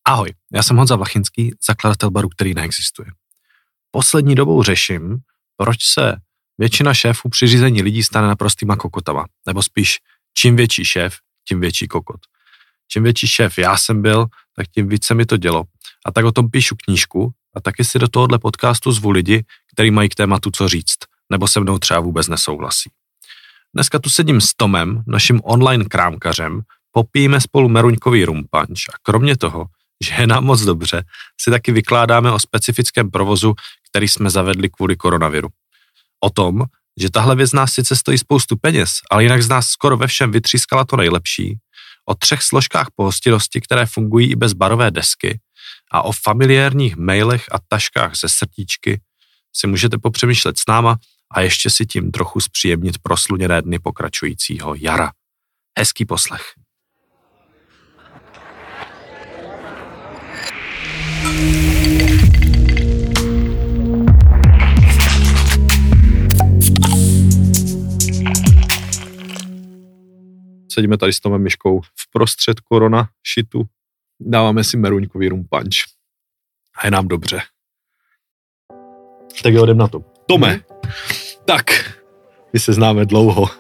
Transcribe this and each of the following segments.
Ahoj, já jsem Honza Vlachinský, zakladatel baru, který neexistuje. Poslední dobou řeším, proč se většina šéfů při řízení lidí stane naprostýma kokotama. Nebo spíš, čím větší šéf, tím větší kokot. Čím větší šéf já jsem byl, tak tím víc se mi to dělo. A tak o tom píšu knížku a taky si do tohohle podcastu zvu lidi, kteří mají k tématu co říct, nebo se mnou třeba vůbec nesouhlasí. Dneska tu sedím s Tomem, naším online krámkařem, popijeme spolu meruňkový rumpanč a kromě toho, že je nám moc dobře, si taky vykládáme o specifickém provozu, který jsme zavedli kvůli koronaviru. O tom, že tahle věc nás sice stojí spoustu peněz, ale jinak z nás skoro ve všem vytřískala to nejlepší, o 3 složkách pohostinnosti, které fungují i bez barové desky a o familiárních mailech a taškách ze srdíčky si můžete popřemýšlet s náma a ještě si tím trochu zpříjemnit prosluněné dny pokračujícího jara. Hezký poslech. Sedíme tady s Tomem Miškou v prostřed korona šitu. Dáváme si meruňkový rumpanč. A je nám dobře. Tak jo, jdem na to. Tome, tak, my se známe dlouho.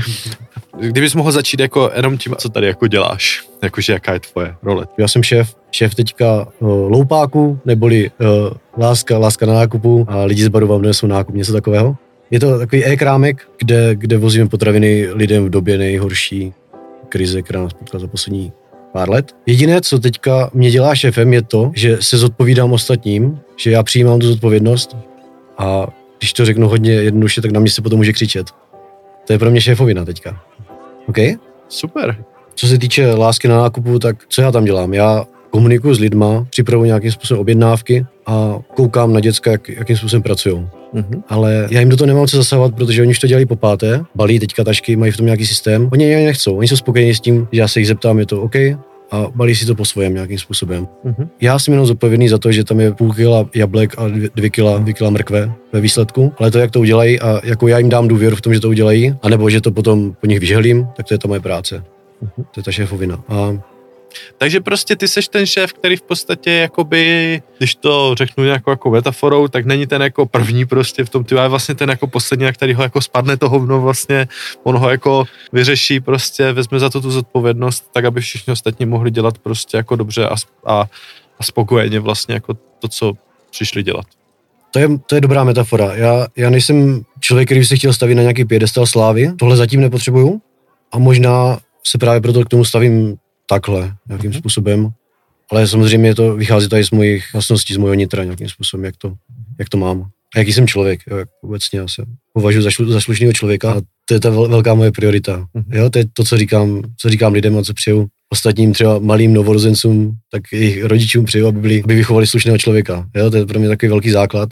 Kdybys mohl začít jako jenom tím, co tady jako děláš, jakože jaká je tvoje role? Já jsem šéf teďka loupáku, neboli láska na nákupu a lidi z baru vám donesou nákup, něco takového. Je to takový e-krámek, kde vozíme potraviny lidem v době nejhorší krize, která nás potkala za poslední pár let. Jediné, co teďka mě dělá šéfem, je to, že se zodpovídám ostatním, že já přijímám tu zodpovědnost a když to řeknu hodně jednoduše, tak na mě se potom může křičet. To je pro mě šéfovina teďka. OK? Super. Co se týče lásky na nákupu, tak co já tam dělám? Já komunikuju s lidma, připravuji nějakým způsobem objednávky a koukám na děcka, jakým způsobem pracujou. Mm-hmm. Ale já jim do toho nemám co zasahovat, protože oni už to dělají po páté, balí teďka tašky, mají v tom nějaký systém. Oni ani nechcou, oni jsou spokojení s tím, že já se jich zeptám, je to OK a balí si to po svém nějakým způsobem. Mm-hmm. Já jsem jenom zodpovědný za to, že tam je 0,5 kila jablek a 2 kila mrkve ve výsledku, ale to, jak to udělají a jako já jim dám důvěru v tom, že to udělají, anebo že to potom po nich vyžehlím, tak to je ta moje práce. Mm-hmm. To je ta šéfovina. Takže prostě ty seš ten šéf, který v podstatě jakoby, když to řeknu jako metaforou, tak není ten jako první prostě v tom, ty je vlastně ten jako poslední, na který ho jako spadne to hovno vlastně, on ho jako vyřeší prostě, vezme za to tu zodpovědnost, tak aby všichni ostatní mohli dělat prostě jako dobře a spokojeně vlastně jako to, co přišli dělat. To je dobrá metafora. Já nejsem člověk, který by se chtěl stavit na nějaký piedestal slávy, tohle zatím nepotřebuju a možná se právě proto k tomu stavím takhle, nějakým způsobem. Ale samozřejmě to vychází tady z mojich vlastností, z mojho nitra nějakým způsobem, jak to mám. A jaký jsem člověk, jo, obecně já se považuji za slušného člověka a to je ta velká moje priorita. Jo, to je to, co říkám lidem a co přeju ostatním třeba malým novorozencům, tak jejich rodičům přeju, aby vychovali slušného člověka. Jo, to je pro mě takový velký základ.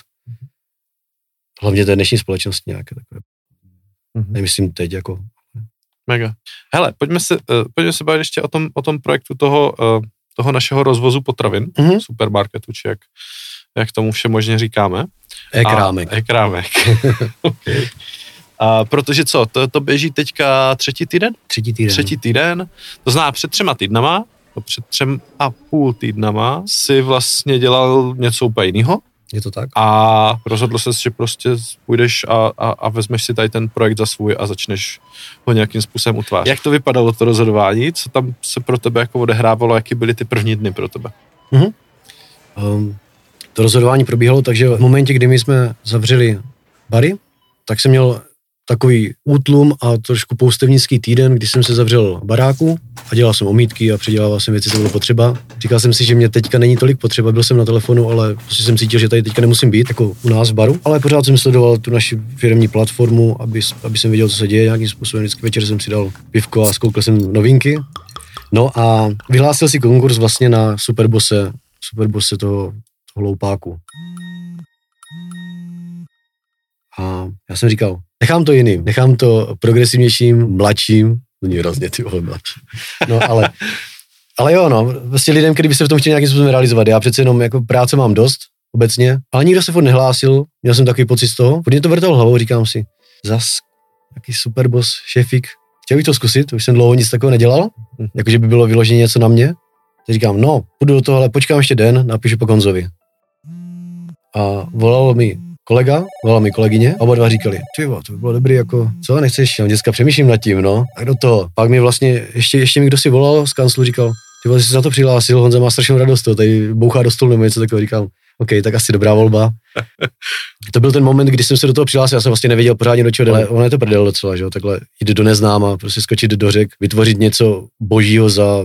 Hlavně té dnešní společnosti nějaké takové. Nemyslím teď jako. Mega. Hele, pojďme se bavit ještě o tom projektu toho našeho rozvozu potravin, supermarketu, či jak tomu vše možně říkáme. E-krámek. E-krámek. Okay. Protože co, to běží teďka třetí týden? Třetí týden. To znamená před 3 týdnama, před 3,5 týdnama si vlastně dělal něco úplně jiného. Je to tak? A rozhodl ses, že prostě půjdeš a vezmeš si tady ten projekt za svůj a začneš ho nějakým způsobem utvářet. Jak to vypadalo, to rozhodování? Co tam se pro tebe jako odehrávalo? Jaký byly ty první dny pro tebe? To rozhodování probíhalo tak, že v momentě, kdy my jsme zavřeli bary, tak jsem měl takový útlum a trošku poustevnický týden, kdy jsem se zavřel baráku a dělal jsem omítky a předělával jsem věci, co bylo potřeba. Říkal jsem si, že mě teďka není tolik potřeba, byl jsem na telefonu, ale prostě jsem cítil, že tady teďka nemusím být, jako u nás v baru. Ale pořád jsem sledoval tu naši firemní platformu, aby jsem viděl, co se děje nějakým způsobem. Vždycky večer jsem si dal pivko a zkoukal jsem novinky. No a vyhlásil si konkurs vlastně na Superbosse toho loupáku. A já jsem říkal, nechám to jiným, nechám to progresivnějším, mladším, to je hrozně ty mladší. No ale jo, no, vlastně lidem, kteří by se v tom chtěli nějakým způsobem realizovat. Já přece jenom jako práce mám dost, obecně, ale nikdo se furt nehlásil, měl jsem takový pocit z toho, furt mě to vrtal hlavou, říkám si, zas, jaký superboss, šéfik, chtěl bych to zkusit, už jsem dlouho nic takového nedělal, jakože by bylo vyloženě něco na mě, Teď říkám, no, půjdu do toho, ale počkám ještě den, napíšu po Konzovi. A volal mi kolega, volala mi kolegyně, oba dva říkali, tyvo, to by bylo dobrý, jako, co, nechceš, dneska přemýšlím nad tím, no, a do toho. Pak mi vlastně, ještě mi kdo si volal z kanclu, říkal, tyvo, jsi se za to přihlásil, Honza má strašnou radost, to tady bouchá do stolu nebo něco takového, říkám, OK, tak asi dobrá volba. To byl ten moment, kdy jsem se do toho přihlásil, já jsem vlastně nevěděl pořádně do čeho jde, ale ono je to prdel docela, že jo, takhle jít do neznáma, prostě skočit do řek, vytvořit něco božího za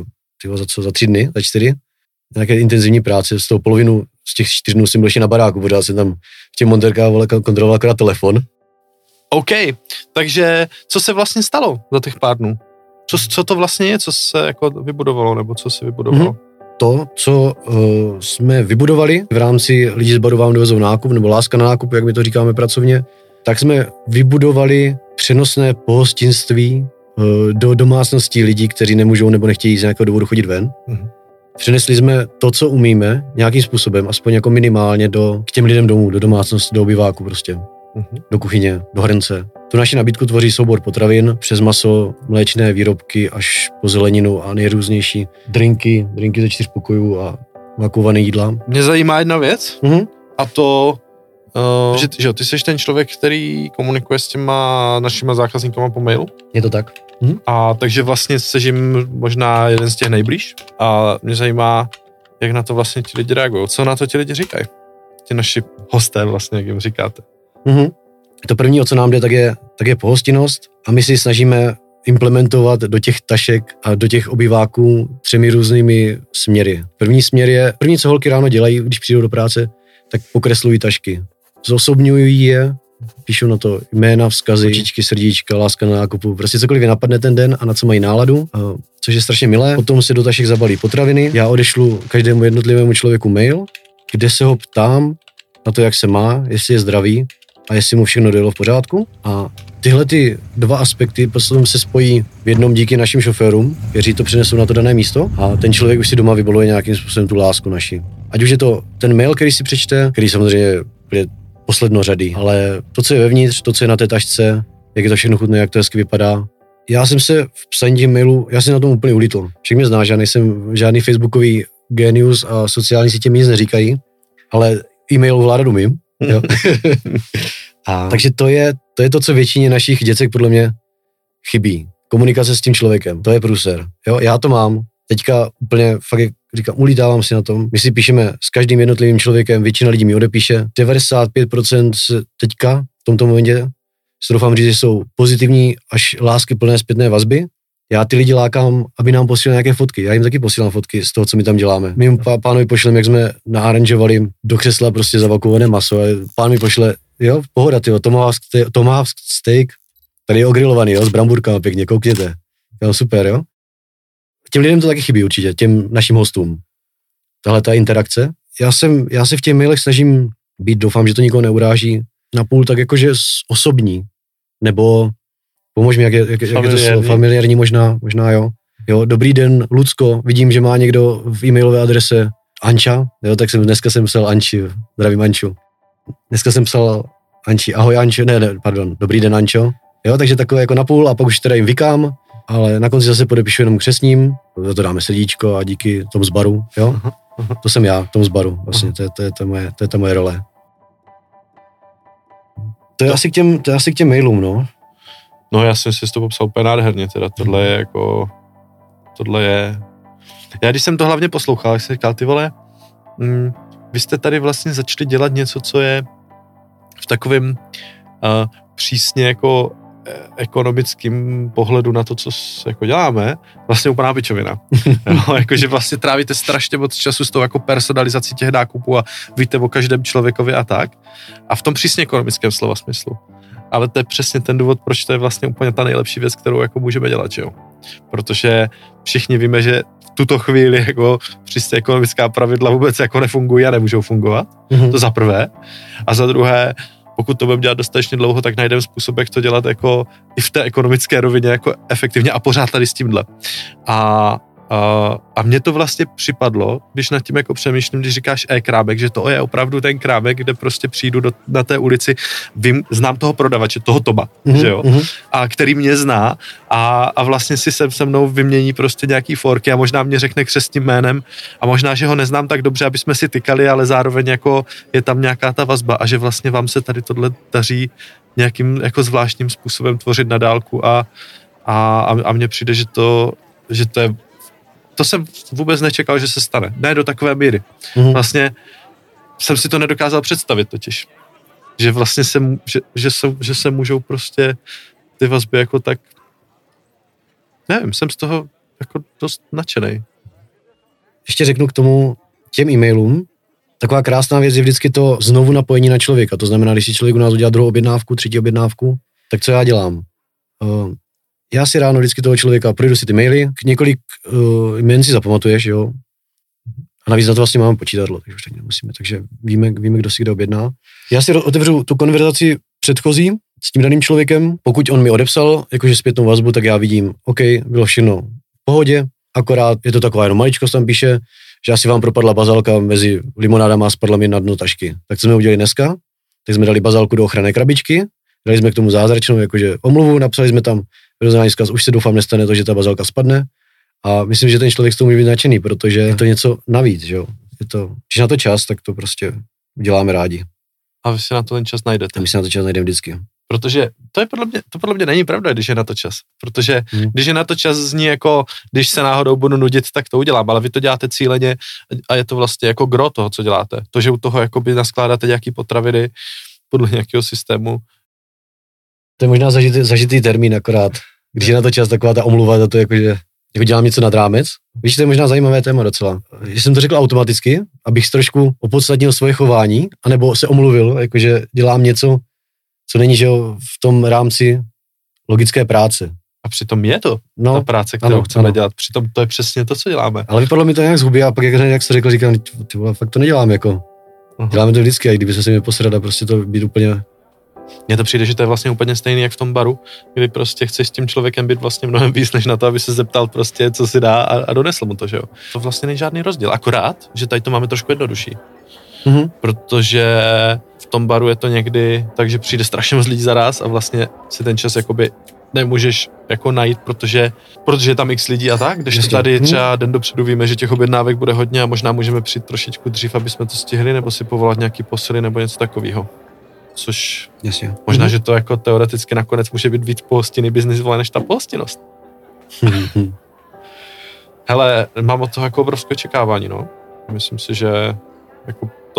3 dny, za 4, nějaké intenzivní práce, z toho polovinu z těch 4 dnů jsem byl ještě na baráku, pořád jsem tam v těch monterkách kontroloval akorát telefon. OK, takže co se vlastně stalo za těch pár dnů? Co to vlastně je, co se jako vybudovalo, nebo co se vybudovalo? To, co jsme vybudovali v rámci Lidi z baru vám dovezou nákup, nebo láska na nákup, jak my to říkáme pracovně, tak jsme vybudovali přenosné pohostinství do domácností lidí, kteří nemůžou nebo nechtějí z nějakého důvodu chodit ven. Přinesli jsme to, co umíme, nějakým způsobem, aspoň jako minimálně k těm lidem domů, do domácnosti, do obyváku prostě. Do kuchyně, do hrnce. Tu naši nabídku tvoří soubor potravin, přes maso, mléčné výrobky až po zeleninu a nejrůznější drinky ze 4 pokojů a vakované jídla. Mě zajímá jedna věc, a to, že ty jsi ten člověk, který komunikuje s těma našima zákazníkama po mailu. Je to tak. A takže vlastně jsi jim možná jeden z těch nejblíž a mě zajímá, jak na to vlastně ti lidi reagují. Co na to ti lidi říkají? Ti naši hosté vlastně, jak jim říkáte. To první, o co nám jde, tak je pohostinnost a my si snažíme implementovat do těch tašek a do těch obyváků 3 různými směry. První, co holky ráno dělají, když přijdou do práce, tak pokreslují tašky. Zosobňují je, píšou na to jména, vzkazy, očičky, srdíčka, láska na nákupu, prostě cokoliv je napadne ten den a na co mají náladu, což je strašně milé. Potom se do tašek zabalí potraviny. Já odešlu každému jednotlivému člověku mail, kde se ho ptám na to, jak se má, jestli je zdravý a jestli mu všechno dojelo v pořádku. A tyhle ty 2 aspekty potom se spojí v jednom díky našim šoférům, kteří to přinesou na to dané místo a ten člověk už si doma vyboluje nějakým způsobem tu lásku naši. Ať už je to ten mail, který si přečte, který samozřejmě je poslednořadý, ale to, co je vevnitř, to, co je na té tašce, jak je to všechno chutné, jak to hezky vypadá. Já jsem se v psaní těch mailů, já jsem na tom úplně ulítl. Však mě znáš, já nejsem žádný facebookový genius a sociální sítě mi nic neříkají, ale e-mail vládat umím. Jo. Takže to je to, co většině našich děcek podle mě chybí. Komunikace s tím člověkem, to je průser. Jo, já to mám. Teďka úplně fakt, jak říkám, ulítávám si na tom. My si píšeme s každým jednotlivým člověkem, většina lidí mi odepíše. 95% teďka, v tomto momentě, se doufám říct, že jsou pozitivní až lásky plné zpětné vazby. Já ty lidi lákám, aby nám posílali nějaké fotky. Já jim taky posílám fotky z toho, co my tam děláme. My jim pánovi pošleme, jak jsme naaranžovali do křesla prostě zavakované maso. Pán mi pošle, jo, pohoda, tyjo, Tomahawk steak, tady je ogrilovaný, jo, s bramburkama pěkně, koukněte. Jo, super, jo. Těm lidem to taky chybí určitě, těm našim hostům. Tahle ta interakce. Já se v těch mailech snažím být, doufám, že to nikoho neuráží, napůl tak jakože osobní, nebo pomož mi, jak je to slovo, familiární možná jo. Jo, dobrý den, Lucko, vidím, že má někdo v e-mailové adrese Anča, jo, tak dneska jsem psal Anči, zdravím Anču. Dneska jsem psal Anči, ahoj Ančo, pardon, dobrý den Ančo. Jo, takže takové jako napůl a pak už teda jim vykám, ale na konci zase podepíšu jenom křestním, to dáme srdíčko a díky tomu z baru, jo. To jsem já, tomu z baru, vlastně, to je ta moje role. To je asi k těm mailům, no. No já jsem si to popsal úplně nádherně, teda tohle je, já když jsem to hlavně poslouchal, jak jsem říkal, ty vole, vy jste tady vlastně začali dělat něco, co je v takovém přísně jako ekonomickým pohledu na to, co jako děláme, vlastně úplná pičovina. Jo, jakože vlastně trávíte strašně moc času s tou jako personalizací těch nákupů a víte o každém člověkovi a tak. A v tom přísně ekonomickém slova smyslu. Ale to je přesně ten důvod, proč to je vlastně úplně ta nejlepší věc, kterou jako můžeme dělat, že jo. Protože všichni víme, že v tuto chvíli jako čistě ekonomická pravidla vůbec jako nefungují a nemůžou fungovat. To za prvé. A za druhé, pokud to budeme dělat dostatečně dlouho, tak najdeme způsob, jak to dělat jako i v té ekonomické rovině jako efektivně a pořád tady s tímhle. A A mně to vlastně připadlo, když nad tím jako přemýšlím, když říkáš krámek, že to je opravdu ten krámek, kde prostě přijdu na té ulici, znám toho prodavače, toho Toma, že jo, a který mě zná a vlastně si se mnou vymění prostě nějaký forky a možná mě řekne křestním jménem a možná, že ho neznám tak dobře, aby jsme si tykali, ale zároveň jako je tam nějaká ta vazba a že vlastně vám se tady tohle daří nějakým jako zvláštním způsobem tvořit na dálku a mně přijde, že to je. To jsem vůbec nečekal, že se stane. Ne do takové míry. Vlastně jsem si to nedokázal představit totiž. Že vlastně že se můžou prostě ty vazby jako tak... Nevím, jsem z toho jako dost nadšenej. Ještě řeknu k tomu těm e-mailům. Taková krásná věc je vždycky to znovu napojení na člověka. To znamená, když si člověk u nás udělá druhou objednávku, třetí objednávku, tak co já dělám? Já si ráno vždycky toho člověka projdu si ty maily, několik jmen si zapamatuješ, jo. A navíc na to vlastně máme počítadlo, takže už tak nemusíme, takže víme, kdo si kde objedná. Já si otevřu tu konverzaci předchozí s tím daným člověkem, pokud on mi odepsal jakože zpětnou vazbu, tak já vidím, OK, bylo všechno v pohodě, akorát je to taková jenom maličkost, tam píše, že asi vám propadla bazálka mezi limonádama a spadla mi na dno tašky. Tak co jsme udělali dneska? Tak jsme dali bazálku do ochranné krabičky, dali jsme k tomu zázračnou jakože omluvu, napsali jsme tam rozhodný vzkaz, už se doufám nestane to, že ta bazálka spadne a myslím, že ten člověk z toho může být nadšený, protože je to něco navíc, že jo. Když na to čas, tak to prostě uděláme rádi. A vy si na to ten čas najdete. A my si na to čas najdeme vždycky. Protože to podle mě není pravda, když je na to čas. Protože když je na to čas zní jako, když se náhodou budu nudit, tak to udělám, ale vy to děláte cíleně a je to vlastně jako gro toho, co děláte. To, že u toho jakoby naskládáte nějaký potraviny podle nějakého systému. To je možná zažitý termín akorát. Když je na to čas, taková ta omluva za to, jakože jako dělám něco nad rámec. Víš, to je možná zajímavé téma docela. Že jsem to řekl automaticky, abych trošku opodstatnil svoje chování, anebo se omluvil, jakože dělám něco, co není, že jo, v tom rámci logické práce. A přitom je to ta práce, kterou chceme dělat. Přitom to je přesně to, co děláme. Ale vypadlo mi to nějak z huby a pak jak jsi řekl, říkám, ty vole, fakt to nedělám jako. Děláme to vždycky, a kdyby se mi posrat a prostě to být úplně... Mně to přijde, že to je vlastně úplně stejný jak v tom baru, kdy prostě chceš s tím člověkem být vlastně mnohem víc, než na to, aby se zeptal prostě, co si dá a donesl mu to, že jo. To vlastně není žádný rozdíl, akorát, že tady to máme trošku jednodušší. Protože v tom baru je to někdy tak, že přijde strašně moc lidí zaraz a vlastně si ten čas jakoby nemůžeš jako najít, protože je tam x lidí a tak, když tady třeba den dopředu víme, že těch objednávek bude hodně a možná můžeme přijít trošičku dřív, aby jsme to stihli, nebo si povolat nějaký posily nebo něco takového. Což možná, že to jako teoreticky nakonec může být víc pohostinný biznis než ta pohostinnost. Hele, mám od toho jako obrovské očekávání, no. Myslím si, že jako to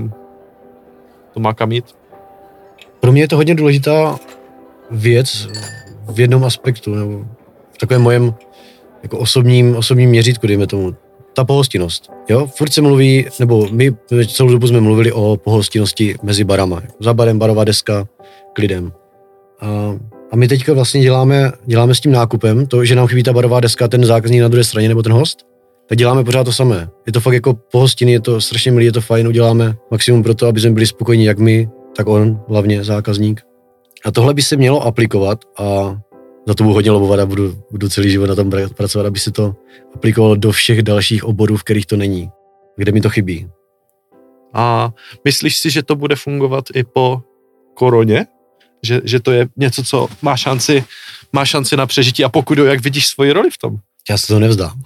má kam jít. Pro mě je to hodně důležitá věc v jednom aspektu, nebo v takovém mojem jako osobním měřítku, dejme tomu. Ta pohostinnost, jo? Furt se mluví, nebo my celou dobu jsme mluvili o pohostinnosti mezi barama. Za barem barová deska k lidem. A my teďka vlastně děláme s tím nákupem, to, že nám chybí ta barová deska, ten zákazník na druhé straně nebo ten host, tak děláme pořád to samé. Je to fakt jako pohostinný, je to strašně milý, je to fajn, uděláme maximum pro to, aby jsme byli spokojení jak my, tak on, hlavně zákazník. A tohle by se mělo aplikovat a za to budu hodně lobovat a budu celý život na tom pracovat, aby se to aplikovalo do všech dalších oborů, v kterých to není, kde mi to chybí. A myslíš si, že to bude fungovat i po koroně? Že to je něco, co má šanci na přežití a pokud jo, jak vidíš svoji roli v tom? Já se to nevzdám.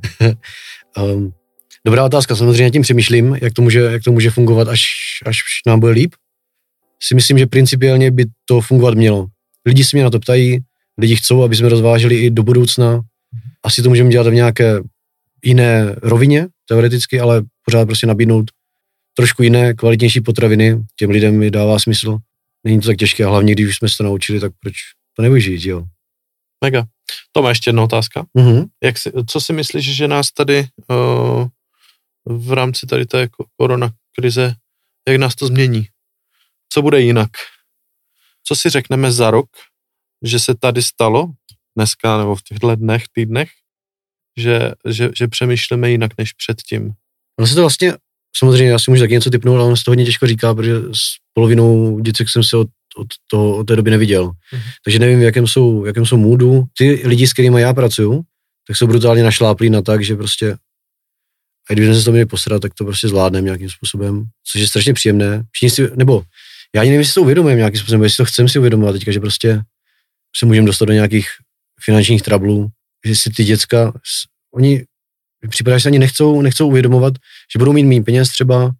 Dobrá otázka, samozřejmě tím přemýšlím, jak to může fungovat, až nám bude líp. Si myslím, že principiálně by to fungovat mělo. Lidi se mě na to ptají, lidi chcou, aby jsme rozváželi i do budoucna. Asi to můžeme dělat v nějaké jiné rovině, teoreticky, ale pořád prostě nabídnout trošku jiné, kvalitnější potraviny. Těm lidem mi dává smysl. Není to tak těžké a hlavně, když už jsme se to naučili, tak proč to nevyužít, jo? Mega. To má ještě jedna otázka. Co si myslíš, že nás tady v rámci tady té korona krize, jak nás to změní? Co bude jinak? Co si řekneme za rok, že se tady stalo dneska nebo v těchto dnech, týdnech, že přemýšlíme jinak než předtím? No se to vlastně, samozřejmě já si můžu taky něco tipnout, ale on se to hodně těžko říká, protože s polovinou děcek jsem se od té doby neviděl. Takže nevím, v jakém jsou moodu. Ty lidi, s kterými já pracuju, tak jsou brutálně našláplí na tak, že prostě a když se to měli posrat, tak to prostě zvládneme nějakým způsobem, což je strašně příjemné. Všichni si, nebo já ani nevím, jestli to uvědomujeme nějakým způsobem, jestli to chcem si uvědomovat teďka, že prostě se můžeme dostat do nějakých finančních trablů, že si ty děcka, oni připadá, že se ani nechcou uvědomovat, že budou mít méně peněz třeba.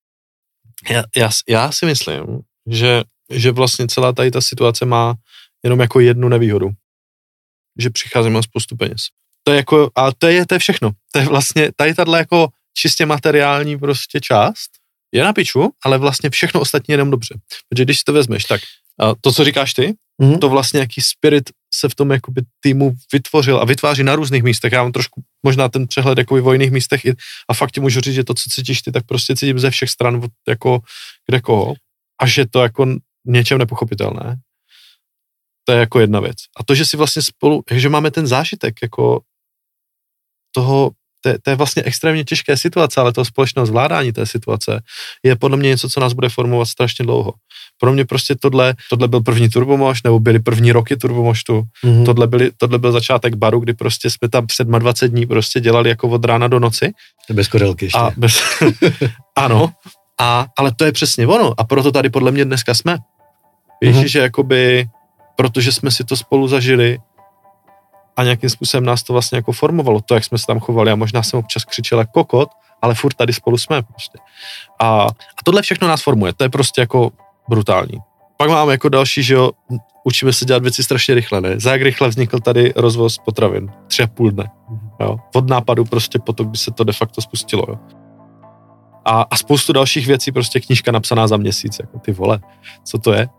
Já si myslím, že vlastně celá tady ta situace má jenom jako jednu nevýhodu. Že přicházíme o spoustu peněz. To je jako, a to je všechno. To je vlastně tady tato jako čistě materiální prostě část je na piču, ale vlastně všechno ostatní je jenom dobře. Protože když si to vezmeš, tak to, co říkáš ty, to vlastně jaký spirit se v tom jakoby týmu vytvořil a vytváří na různých místech. Já mám trošku možná ten přehled jako v jiných místech a fakt ti můžu říct, že to, co cítíš ty, tak prostě cítím ze všech stran jako kde koho a že to jako něčem nepochopitelné. To je jako jedna věc. A to, že si vlastně spolu, že máme ten zážitek jako toho, to je vlastně extrémně těžké situace, ale toho společného zvládání té situace je podle mě něco, co nás bude formovat strašně dlouho. Pro mě prostě tohle byl první Turbomoš, nebo byly první roky Turbomoštu. Tohle byl začátek baru, kdy prostě jsme tam před 20 dní prostě dělali jako od rána do noci. Bez korelky ještě. Ano, ale to je přesně ono. A proto tady podle mě dneska jsme. Víš, že jakoby, protože jsme si to spolu zažili, a nějakým způsobem nás to vlastně jako formovalo, to, jak jsme se tam chovali a možná jsem občas křičel jako kokot, ale furt tady spolu jsme prostě. A tohle všechno nás formuje, to je prostě jako brutální. Pak máme jako další, že jo, učíme se dělat věci strašně rychle, ne? Za jak rychle vznikl tady rozvoz potravin? 3,5 dne, jo? Od nápadu prostě potom by se to de facto spustilo, jo? A spoustu dalších věcí, prostě knížka napsaná za měsíc, jako ty vole, co to je?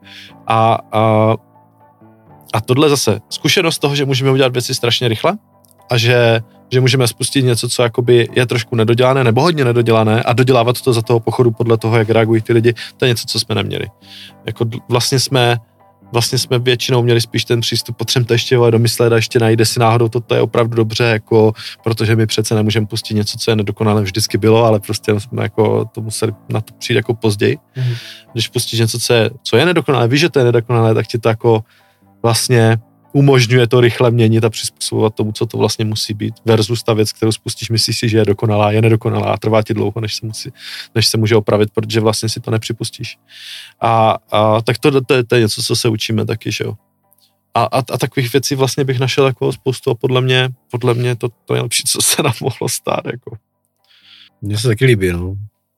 A tohle zase zkušenost toho, že můžeme udělat věci strašně rychle a že můžeme spustit něco, co jakoby je trošku nedodělané nebo hodně nedodělané a dodělávat to za toho pochodu podle toho, jak reagují ty lidi, to je něco, co jsme neměli. Jako vlastně jsme většinou měli spíš ten přístup, potřebujeme to ještě domyslet a ještě najde si náhodou, to je opravdu dobře, jako, protože my přece nemůžeme pustit něco, co je nedokonalé, vždycky bylo, ale prostě jsme jako to museli na to přijít jako později. Když pustíš něco, co je nedokonalé, víš, že to je nedokonalé, tak ti to jako vlastně umožňuje to rychle měnit a přizpůsobovat tomu, co to vlastně musí být, versus ta věc, kterou spustíš, myslíš si, že je dokonalá, je nedokonalá a trvá ti dlouho, než se může opravit, protože vlastně si to nepřipustíš. A tak to je něco, co se učíme taky, že jo. A takových věcí vlastně bych našel jako spoustu a podle mě to je nejlepší, co se nám mohlo stát, jako. Mně se taky líbí, no.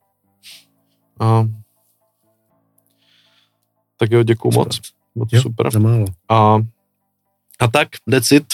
Tak jo, děkuju moc. Jo, super. Za málo. A tak, that's it.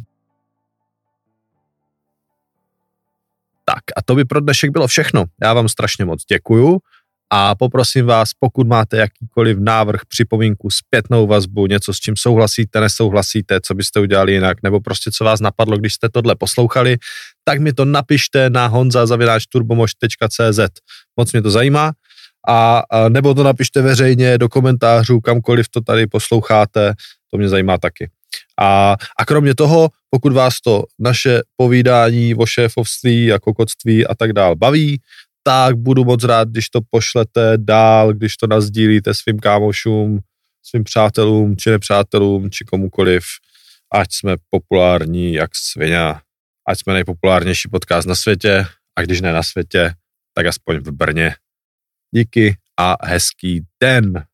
Tak a to by pro dnešek bylo všechno. Já vám strašně moc děkuju a poprosím vás, pokud máte jakýkoliv návrh, připomínku, zpětnou vazbu, něco, s čím souhlasíte, nesouhlasíte, co byste udělali jinak, nebo prostě co vás napadlo, když jste tohle poslouchali, tak mi to napište na honza@turbomoš.cz. Moc mě to zajímá. A nebo to napište veřejně do komentářů, kamkoliv to tady posloucháte, to mě zajímá taky. A kromě toho, pokud vás to naše povídání o šéfovství a kokotství a tak dál baví, tak budu moc rád, když to pošlete dál, když to nasdílíte svým kámošům, svým přátelům, či nepřátelům, či komukoliv, ať jsme populární jak svině, ať jsme nejpopulárnější podcast na světě, a když ne na světě, tak aspoň v Brně. Díky a hezký den.